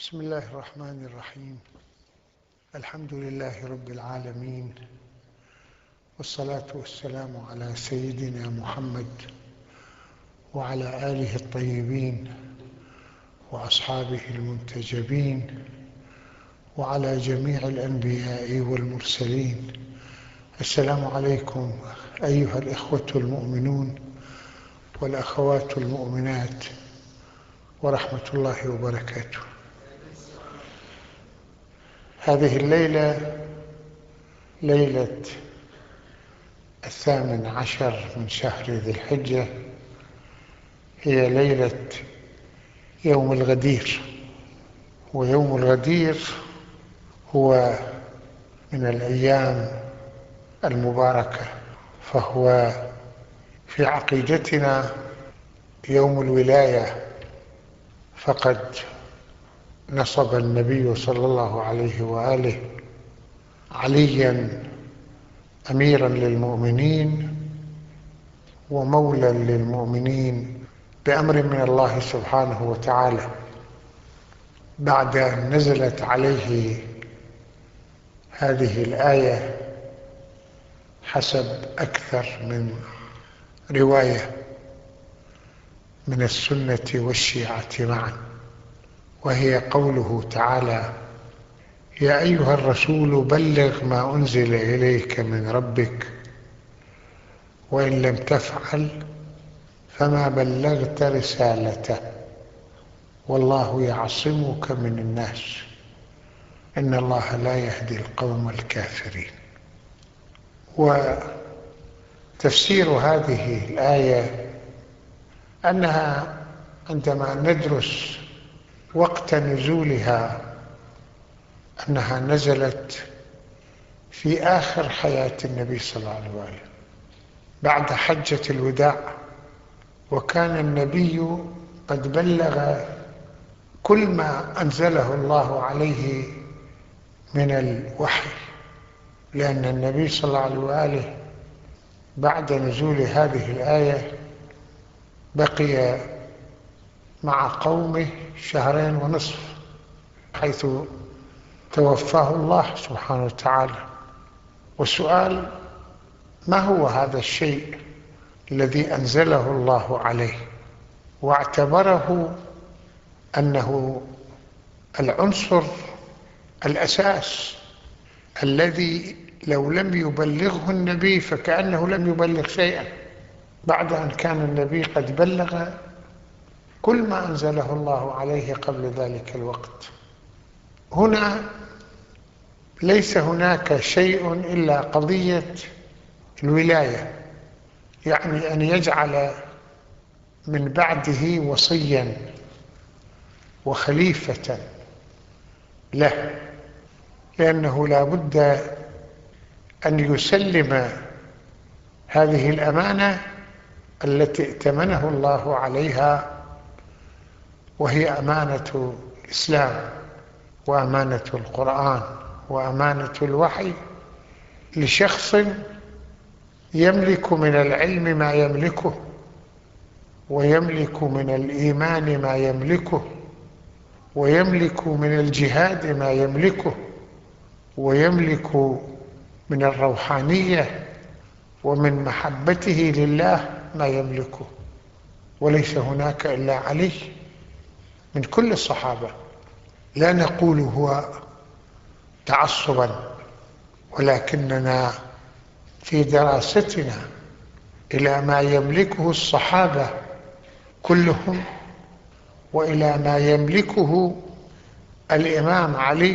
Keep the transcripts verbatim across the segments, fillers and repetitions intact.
بسم الله الرحمن الرحيم. الحمد لله رب العالمين، والصلاة والسلام على سيدنا محمد وعلى آله الطيبين وأصحابه المنتجبين وعلى جميع الأنبياء والمرسلين. السلام عليكم أيها الإخوة المؤمنون والأخوات المؤمنات ورحمة الله وبركاته. هذه الليلة ليلة الثامن عشر من شهر ذي الحجة، هي ليلة يوم الغدير. ويوم الغدير هو من الأيام المباركة، فهو في عقيدتنا يوم الولاية، فقد نصب النبي صلى الله عليه وآله عليا أميرا للمؤمنين ومولا للمؤمنين بأمر من الله سبحانه وتعالى، بعد أن نزلت عليه هذه الآية حسب أكثر من رواية من السنة والشيعة معا، وهي قوله تعالى: يا أيها الرسول بلغ ما أنزل إليك من ربك وإن لم تفعل فما بلغت رسالته والله يعصمك من الناس إن الله لا يهدي القوم الكافرين. وتفسير هذه الآية أنها عندما ندرس وقت نزولها أنها نزلت في آخر حياة النبي صلى الله عليه وآله بعد حجة الوداع، وكان النبي قد بلغ كل ما أنزله الله عليه من الوحي، لأن النبي صلى الله عليه وآله بعد نزول هذه الآية بقي مع قومه شهرين ونصف حيث توفاه الله سبحانه وتعالى. والسؤال: ما هو هذا الشيء الذي أنزله الله عليه واعتبره أنه العنصر الأساس الذي لو لم يبلغه النبي فكأنه لم يبلغ شيئا، بعد أن كان النبي قد بلغ كل ما أنزله الله عليه قبل ذلك الوقت؟ هنا ليس هناك شيء إلا قضية الولاية، يعني أن يجعل من بعده وصيا وخليفة له، لأنه لا بد أن يسلم هذه الأمانة التي ائتمنه الله عليها، وهي أمانة الإسلام وأمانة القرآن وأمانة الوحي، لشخص يملك من العلم ما يملكه ويملك من الإيمان ما يملكه ويملك من الجهاد ما يملكه ويملك من الروحانية ومن محبته لله ما يملكه، وليس هناك إلا علي من كل الصحابة. لا نقول هو تعصبا، ولكننا في دراستنا إلى ما يملكه الصحابة كلهم وإلى ما يملكه الإمام علي،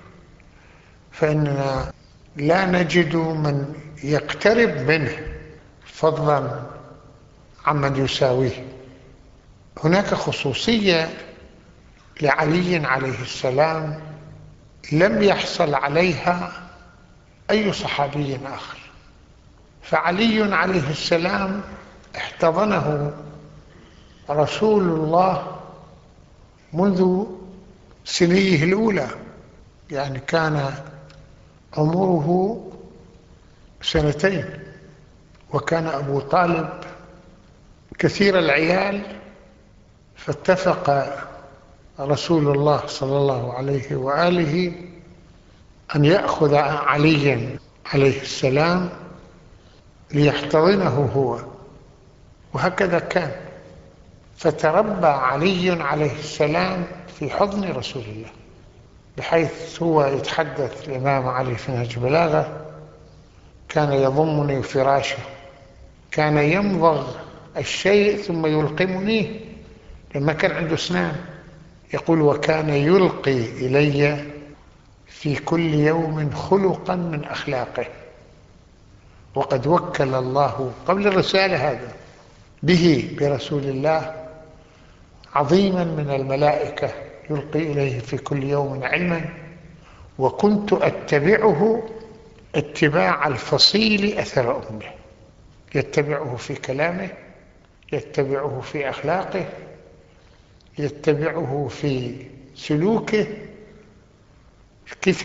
فإننا لا نجد من يقترب منه فضلا عمن يساويه. هناك خصوصية لعلي عليه السلام لم يحصل عليها أي صحابي آخر، فعلي عليه السلام احتضنه رسول الله منذ سنيه الأولى، يعني كان عمره سنتين، وكان أبو طالب كثير العيال، فاتفق رسول الله صلى الله عليه وآله أن يأخذ عليا عليه السلام ليحتضنه هو، وهكذا كان. فتربى علي عليه السلام في حضن رسول الله، بحيث هو يتحدث الإمام علي في نهج البلاغة: كان يضمني فراشه، كان يمضغ الشيء ثم يلقمنيه، لما كان عنده أسنان. يقول: وكان يلقي إلي في كل يوم خلقا من أخلاقه. وقد وكل الله قبل الرسالة هذا به برسول الله عظيما من الملائكة يلقي إليه في كل يوم علما، وكنت أتبعه اتباع الفصيل أثر أمه، يتبعه في كلامه، يتبعه في أخلاقه، يتبعه في سلوكه، كيف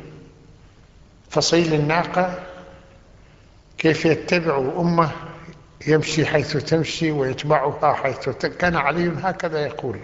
فصيل الناقة كيف يتبع أمه، يمشي حيث تمشي ويتبعها حيث كان علي هكذا يقول.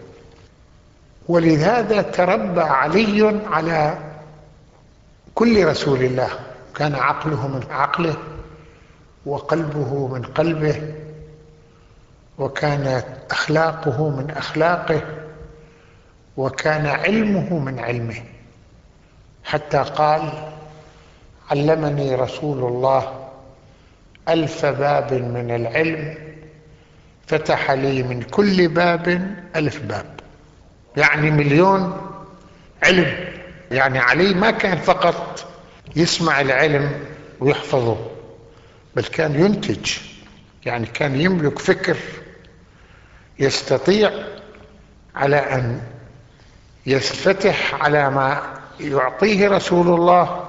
ولهذا تربى علي على كل رسول الله، كان عقله من عقله وقلبه من قلبه، وكانت أخلاقه من أخلاقه، وكان علمه من علمه، حتى قال: علمني رسول الله ألف باب من العلم، فتح لي من كل باب ألف باب، يعني مليون علم. يعني علي ما كان فقط يسمع العلم ويحفظه، بل كان ينتج، يعني كان يملك فكر يستطيع على أن يفتح على ما يعطيه رسول الله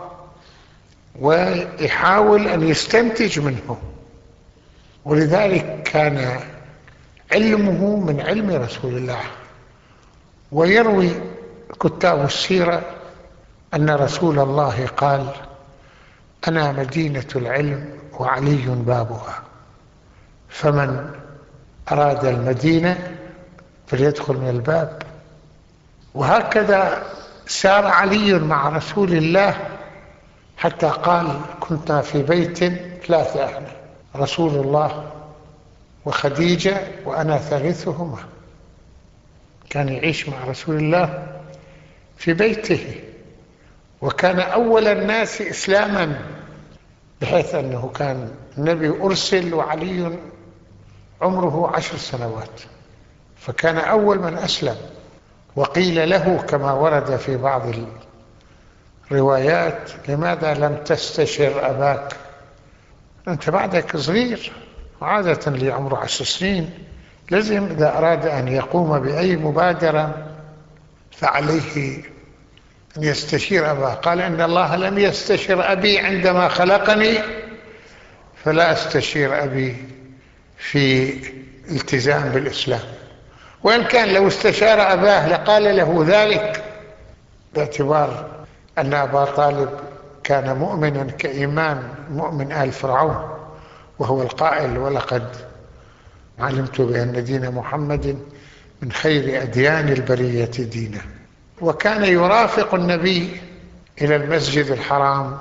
ويحاول أن يستنتج منه. ولذلك كان علمه من علم رسول الله. ويروي كتاب السيرة أن رسول الله قال: أنا مدينة العلم وعلي بابها، فمن أراد المدينة فليدخل من الباب. وهكذا سار علي مع رسول الله، حتى قال: كنا في بيت ثلاثة، احنا رسول الله وخديجة وأنا ثالثهما. كان يعيش مع رسول الله في بيته، وكان أول الناس إسلاما، بحيث أنه كان النبي أرسل وعلي عمره عشر سنوات، فكان أول من أسلم. وقيل له كما ورد في بعض الروايات: لماذا لم تستشر أباك؟ أنت بعدك صغير، عادة اللي عمره عشر سنين لازم إذا أراد أن يقوم بأي مبادرة فعليه أن يستشير أباه. قال: إن الله لم يستشر أبي عندما خلقني، فلا أستشير أبي في التزام بالإسلام. وإن كان لو استشار أباه لقال له ذلك، باعتبار أن أبا طالب كان مؤمنا كإيمان مؤمن آل فرعون، وهو القائل: ولقد علمت بأن دين محمد من خير أديان البرية دينا. وكان يرافق النبي إلى المسجد الحرام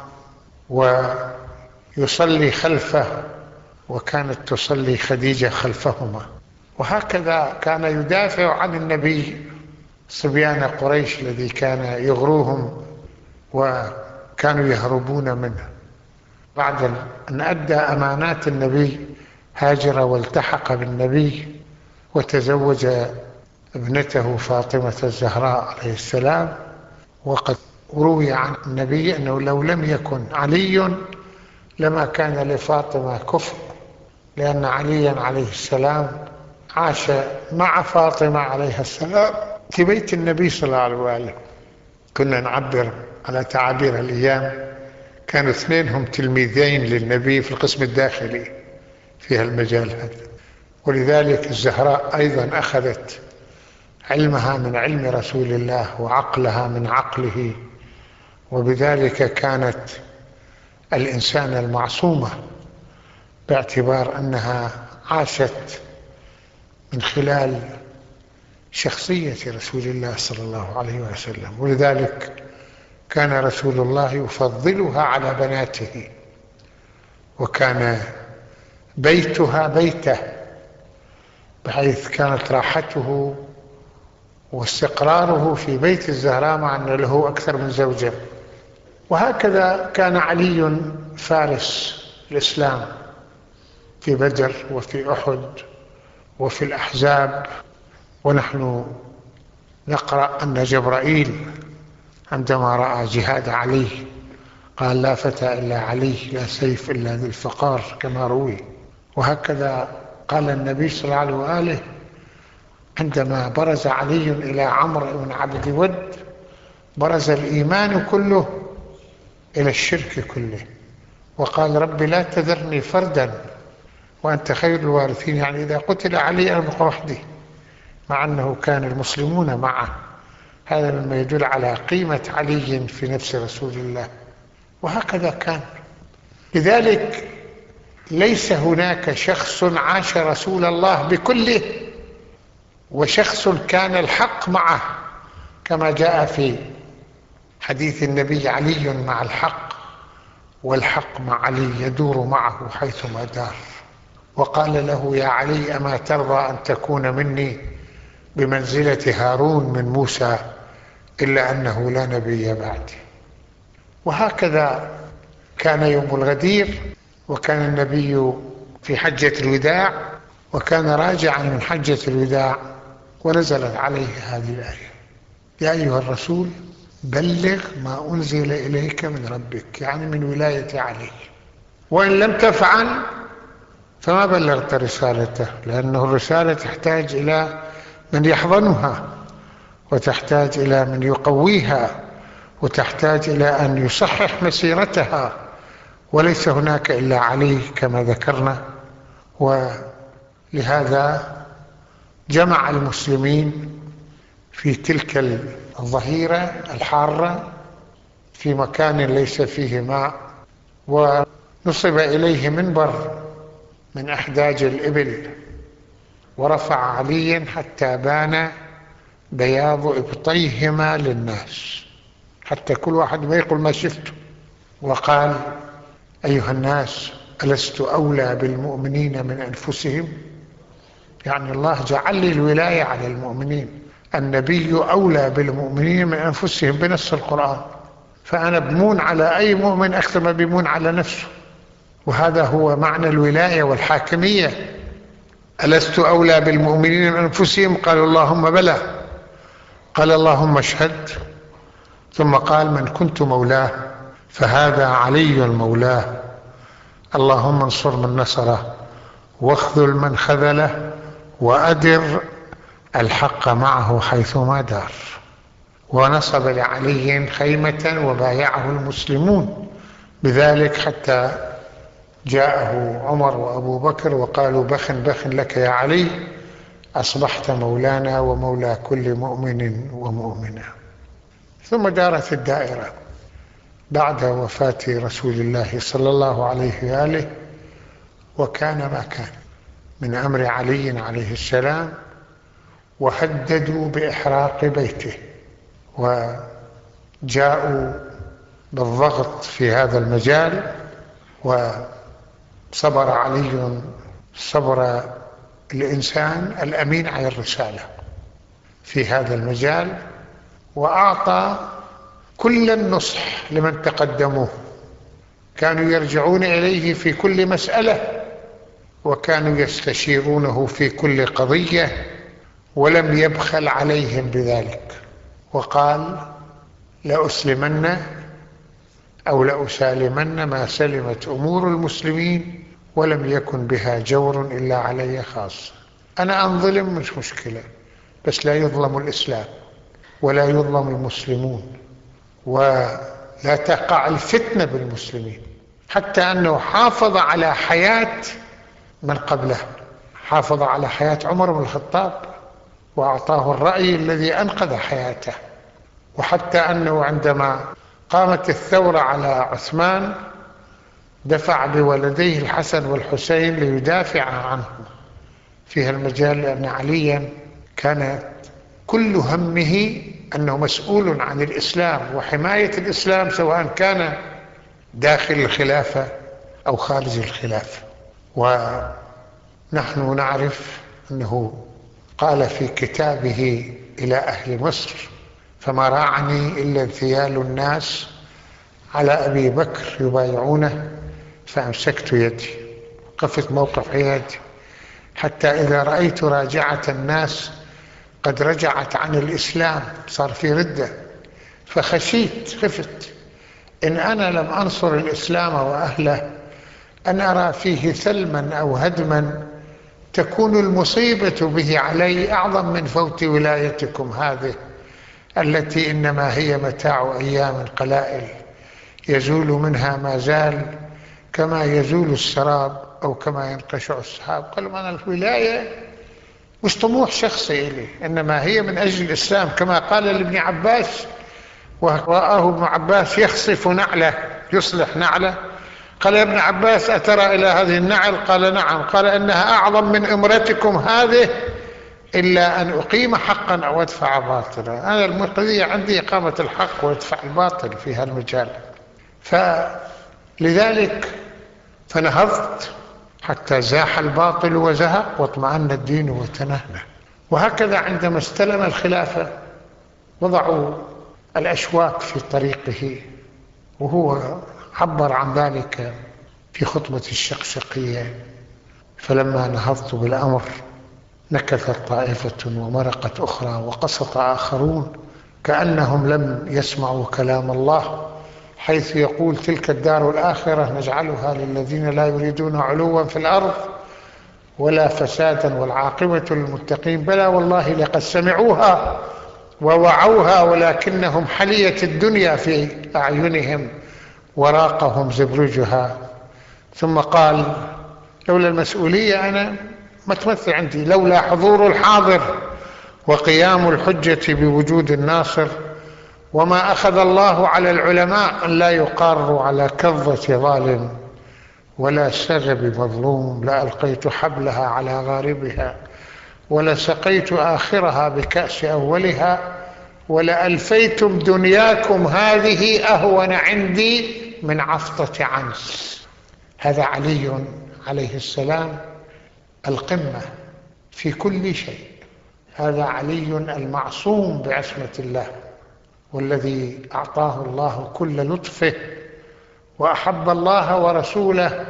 ويصلي خلفه، وكانت تصلي خديجة خلفهما. وهكذا كان يدافع عن النبي صبيان قريش الذي كان يغروهم وكانوا يهربون منه. بعد أن أدى أمانات النبي هاجر والتحق بالنبي وتزوج ابنته فاطمة الزهراء عليه السلام. وقد روي عن النبي أنه لو لم يكن علي لما كان لفاطمة كفر، لأن عليا عليه السلام عاش مع فاطمة عليها السلام في بيت النبي صلى الله عليه وآله. كنا نعبر على تعابير الأيام، كانوا اثنين هم تلميذين للنبي في القسم الداخلي في هالمجال هذا. ولذلك الزهراء أيضا أخذت علمها من علم رسول الله وعقلها من عقله، وبذلك كانت الإنسان المعصومة، باعتبار أنها عاشت من خلال شخصية رسول الله صلى الله عليه وسلم، ولذلك كان رسول الله يفضلها على بناته، وكان بيتها بيته، بحيث كانت راحته واستقراره في بيت الزهراء مع أن له أكثر من زوجة. وهكذا كان علي فارس الإسلام في بدر وفي أحد وفي الأحزاب. ونحن نقرأ أن جبرائيل عندما رأى جهاد علي قال: لا فتى إلا علي، لا سيف إلا ذي الفقار، كما روي. وهكذا قال النبي صلى الله عليه وآله عندما برز علي إلى عمرو بن عبد ود: برز الإيمان كله إلى الشرك كله، وقال: رب لا تذرني فردا وأنت خير الوارثين، يعني إذا قتل علي أنا أبقى وحدي، مع أنه كان المسلمون معه. هذا مما يدل على قيمة علي في نفس رسول الله. وهكذا كان. لذلك ليس هناك شخص عاش رسول الله بكله وشخص كان الحق معه، كما جاء في حديث النبي: علي مع الحق والحق مع علي يدور معه حيثما دار. وقال له: يا علي أما ترضى أن تكون مني بمنزلة هارون من موسى، إلا أنه لا نبي بعدي. وهكذا كان يوم الغدير، وكان النبي في حجة الوداع، وكان راجعا من حجة الوداع ونزلت عليه هذه الآية: يا أيها الرسول بلغ ما أنزل إليك من ربك، يعني من ولاية عليه، وإن لم تفعل فما بلغت رسالته، لأنه الرسالة تحتاج إلى من يحضنها، وتحتاج إلى من يقويها، وتحتاج إلى أن يصحح مسيرتها، وليس هناك إلا علي كما ذكرنا. ولهذا جمع المسلمين في تلك الظهيرة الحارة في مكان ليس فيه ماء، ونصب إليه منبر من أحداج الإبل، ورفع عليا حتى بان بياض إبطيهما للناس، حتى كل واحد ما يقول ما شفته. وقال: أيها الناس ألست أولى بالمؤمنين من أنفسهم؟ يعني الله جعل لي الولاية على المؤمنين، النبي أولى بالمؤمنين من أنفسهم بنص القرآن، فأنا بمون على أي مؤمن أكثر ما بيمون على نفسه. وهذا هو معنى الولاية والحاكمية. ألست أولى بالمؤمنين من أنفسهم؟ قالوا: اللهم بلى. قال: اللهم اشهد. ثم قال: من كنت مولاه فهذا علي مولاه، اللهم انصر من نصره واخذل من خذله وأدر الحق معه حيثما دار. ونصب لعلي خيمة وبايعه المسلمون بذلك، حتى جاءه عمر وأبو بكر وقالوا: بخ بخ لك يا علي، أصبحت مولانا ومولى كل مؤمن ومؤمنة. ثم دارت الدائرة بعد وفاة رسول الله صلى الله عليه وآله، وكان ما كان من أمر علي عليه السلام، وهددوا بإحراق بيته، وجاءوا بالضغط في هذا المجال، وصبر علي صبر الإنسان الأمين على الرسالة في هذا المجال، وأعطى كل النصح لمن تقدموه، كانوا يرجعون إليه في كل مسألة، وكانوا يستشيرونه في كل قضية، ولم يبخل عليهم بذلك. وقال: لأسلمن أو لأسالمن ما سلمت أمور المسلمين ولم يكن بها جور إلا علي خاصة. أنا أنظلم مش مشكلة، بس لا يظلم الإسلام ولا يظلم المسلمون، ولا تقع الفتنة بالمسلمين. حتى أنه حافظ على حياة من قبله، حافظ على حياة عمر بن الخطاب وأعطاه الرأي الذي أنقذ حياته. وحتى أنه عندما قامت الثورة على عثمان دفع بولديه الحسن والحسين ليدافع عنه في المجال، لأن عليا كانت كل همه أنه مسؤول عن الإسلام وحماية الإسلام، سواء كان داخل الخلافة أو خارج الخلافة. ونحن نعرف أنه قال في كتابه إلى أهل مصر: فما راعني إلا انثيال الناس على أبي بكر يبايعونه فأمسكت يدي، وقفت موقف حياتي، حتى إذا رأيت راجعة الناس قد رجعت عن الإسلام، صار في ردة، فخشيت، خفت إن أنا لم أنصر الإسلام وأهله أن أرى فيه ثلما أو هدما تكون المصيبة به علي أعظم من فوت ولايتكم هذه التي إنما هي متاع أيام قلائل يزول منها ما زال كما يزول السراب أو كما ينقشع السحاب. قالوا أنا الولاية مش طموح شخصي إلي، إنما هي من أجل الإسلام، كما قال لابن عباس ورآه ابن عباس يخصف نعله يصلح نعله، قال يا ابن عباس أترى إلى هذه النعل؟ قال نعم. قال إنها أعظم من إمرتكم هذه إلا أن أقيم حقا أو أدفع باطلا. أنا القضية عندي إقامة الحق وأدفع الباطل في هالمجال. فلذلك فنهضت حتى زاح الباطل وزهق واطمأن الدين وتنهنى. وهكذا عندما استلم الخلافة وضعوا الأشواك في طريقه، وهو عبر عن ذلك في خطبة الشقشقية: فلما نهضت بالأمر نكثت طائفة ومرقت أخرى وقسط آخرون كأنهم لم يسمعوا كلام الله، حيث يقول: تلك الدار الآخرة نجعلها للذين لا يريدون علوا في الأرض ولا فسادا والعاقبة للمتقين. بلى والله لقد سمعوها ووعوها ولكنهم حليت الدنيا في أعينهم وراقهم زبرجها. ثم قال: لولا المسؤولية أنا ما تمثل عندي، لولا حضور الحاضر وقيام الحجة بوجود الناصر، وما أخذ الله على العلماء أن لا يقاروا على كظة ظالم ولا سغب مظلوم، لألقيت حبلها على غاربها ولسقيت آخرها بكأس أولها ولألفيتم دنياكم هذه أهون عندي من عفطة عنس. هذا علي عليه السلام القمة في كل شيء، هذا علي المعصوم بعصمة الله، والذي أعطاه الله كل لطفه، وأحب الله ورسوله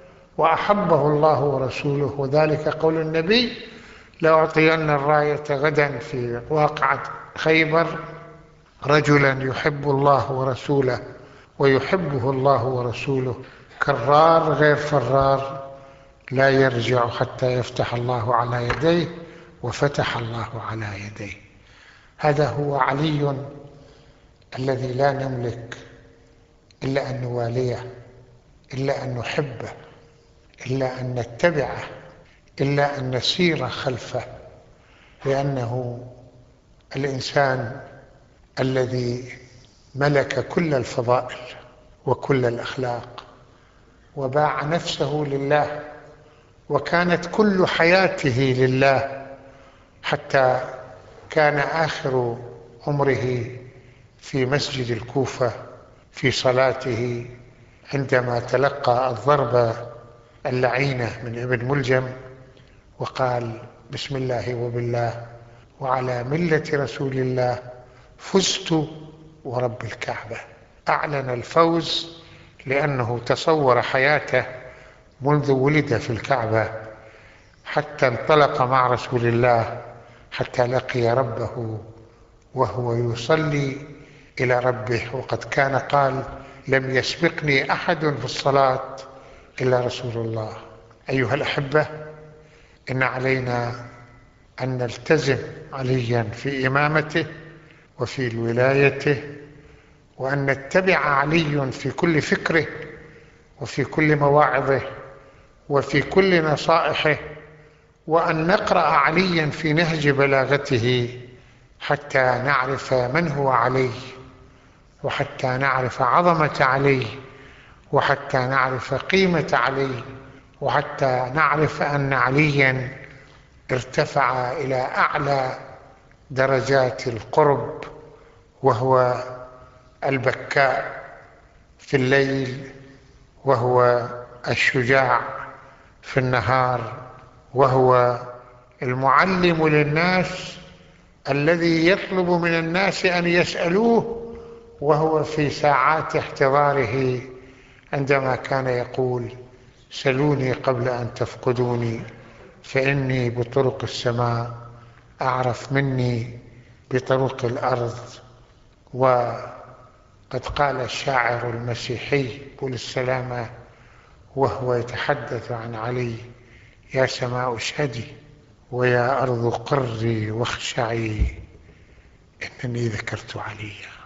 وأحبه الله ورسوله. وذلك قول النبي: لأعطين الراية غدا في واقعة خيبر رجلا يحب الله ورسوله ويحبه الله ورسوله، كرار غير فرار، لا يرجع حتى يفتح الله على يديه، وفتح الله على يديه. هذا هو علي الذي لا نملك إلا أن نواليه، إلا أن نحبه، إلا أن نتبعه، إلا أن نسير خلفه، لأنه الإنسان الذي ملك كل الفضائل وكل الأخلاق وباع نفسه لله، وكانت كل حياته لله، حتى كان آخر عمره في مسجد الكوفة في صلاته عندما تلقى الضربة اللعينة من ابن ملجم وقال: بسم الله وبالله وعلى ملة رسول الله فزت ورب الكعبة. أعلن الفوز لأنه تصور حياته منذ ولد في الكعبة حتى انطلق مع رسول الله حتى لقي ربه وهو يصلي إلى ربه، وقد كان قال: لم يسبقني أحد في الصلاة إلا رسول الله. أيها الأحبة، إن علينا أن نلتزم عليا في إمامته وفي ولايته، وأن نتبع علي في كل فكره وفي كل مواعظه وفي كل نصائحه، وأن نقرأ عليا في نهج بلاغته حتى نعرف من هو علي، وحتى نعرف عظمة علي، وحتى نعرف قيمة علي، وحتى نعرف أن عليا ارتفع إلى أعلى درجات القرب، وهو البكاء في الليل، وهو الشجاع في النهار، وهو المعلم للناس الذي يطلب من الناس أن يسألوه، وهو في ساعات احتضاره عندما كان يقول: سلوني قبل أن تفقدوني، فإني بطرق السماء أعرف مني بطرق الأرض. وقد قال الشاعر المسيحي بولس السلامة وهو يتحدث عن علي: يا سماء اشهدي ويا أرض قري واخشعي إنني ذكرت عليا.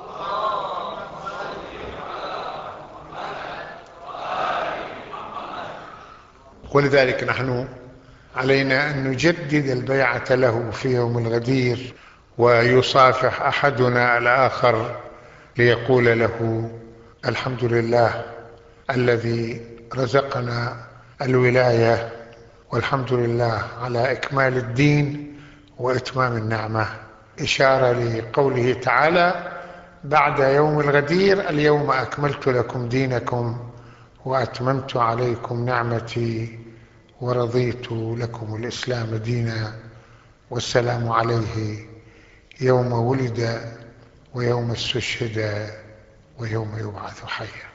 ولذلك نحن علينا أن نجدد البيعة له في يوم الغدير، ويصافح أحدنا الآخر ليقول له: الحمد لله الذي رزقنا الولاية، والحمد لله على إكمال الدين وإتمام النعمة، إشارة لقوله تعالى بعد يوم الغدير: اليوم أكملت لكم دينكم وأتممت عليكم نعمتي ورضيت لكم الإسلام دينا. والسلام عليه يوم ولد ويوم استشهد ويوم يبعث حيا.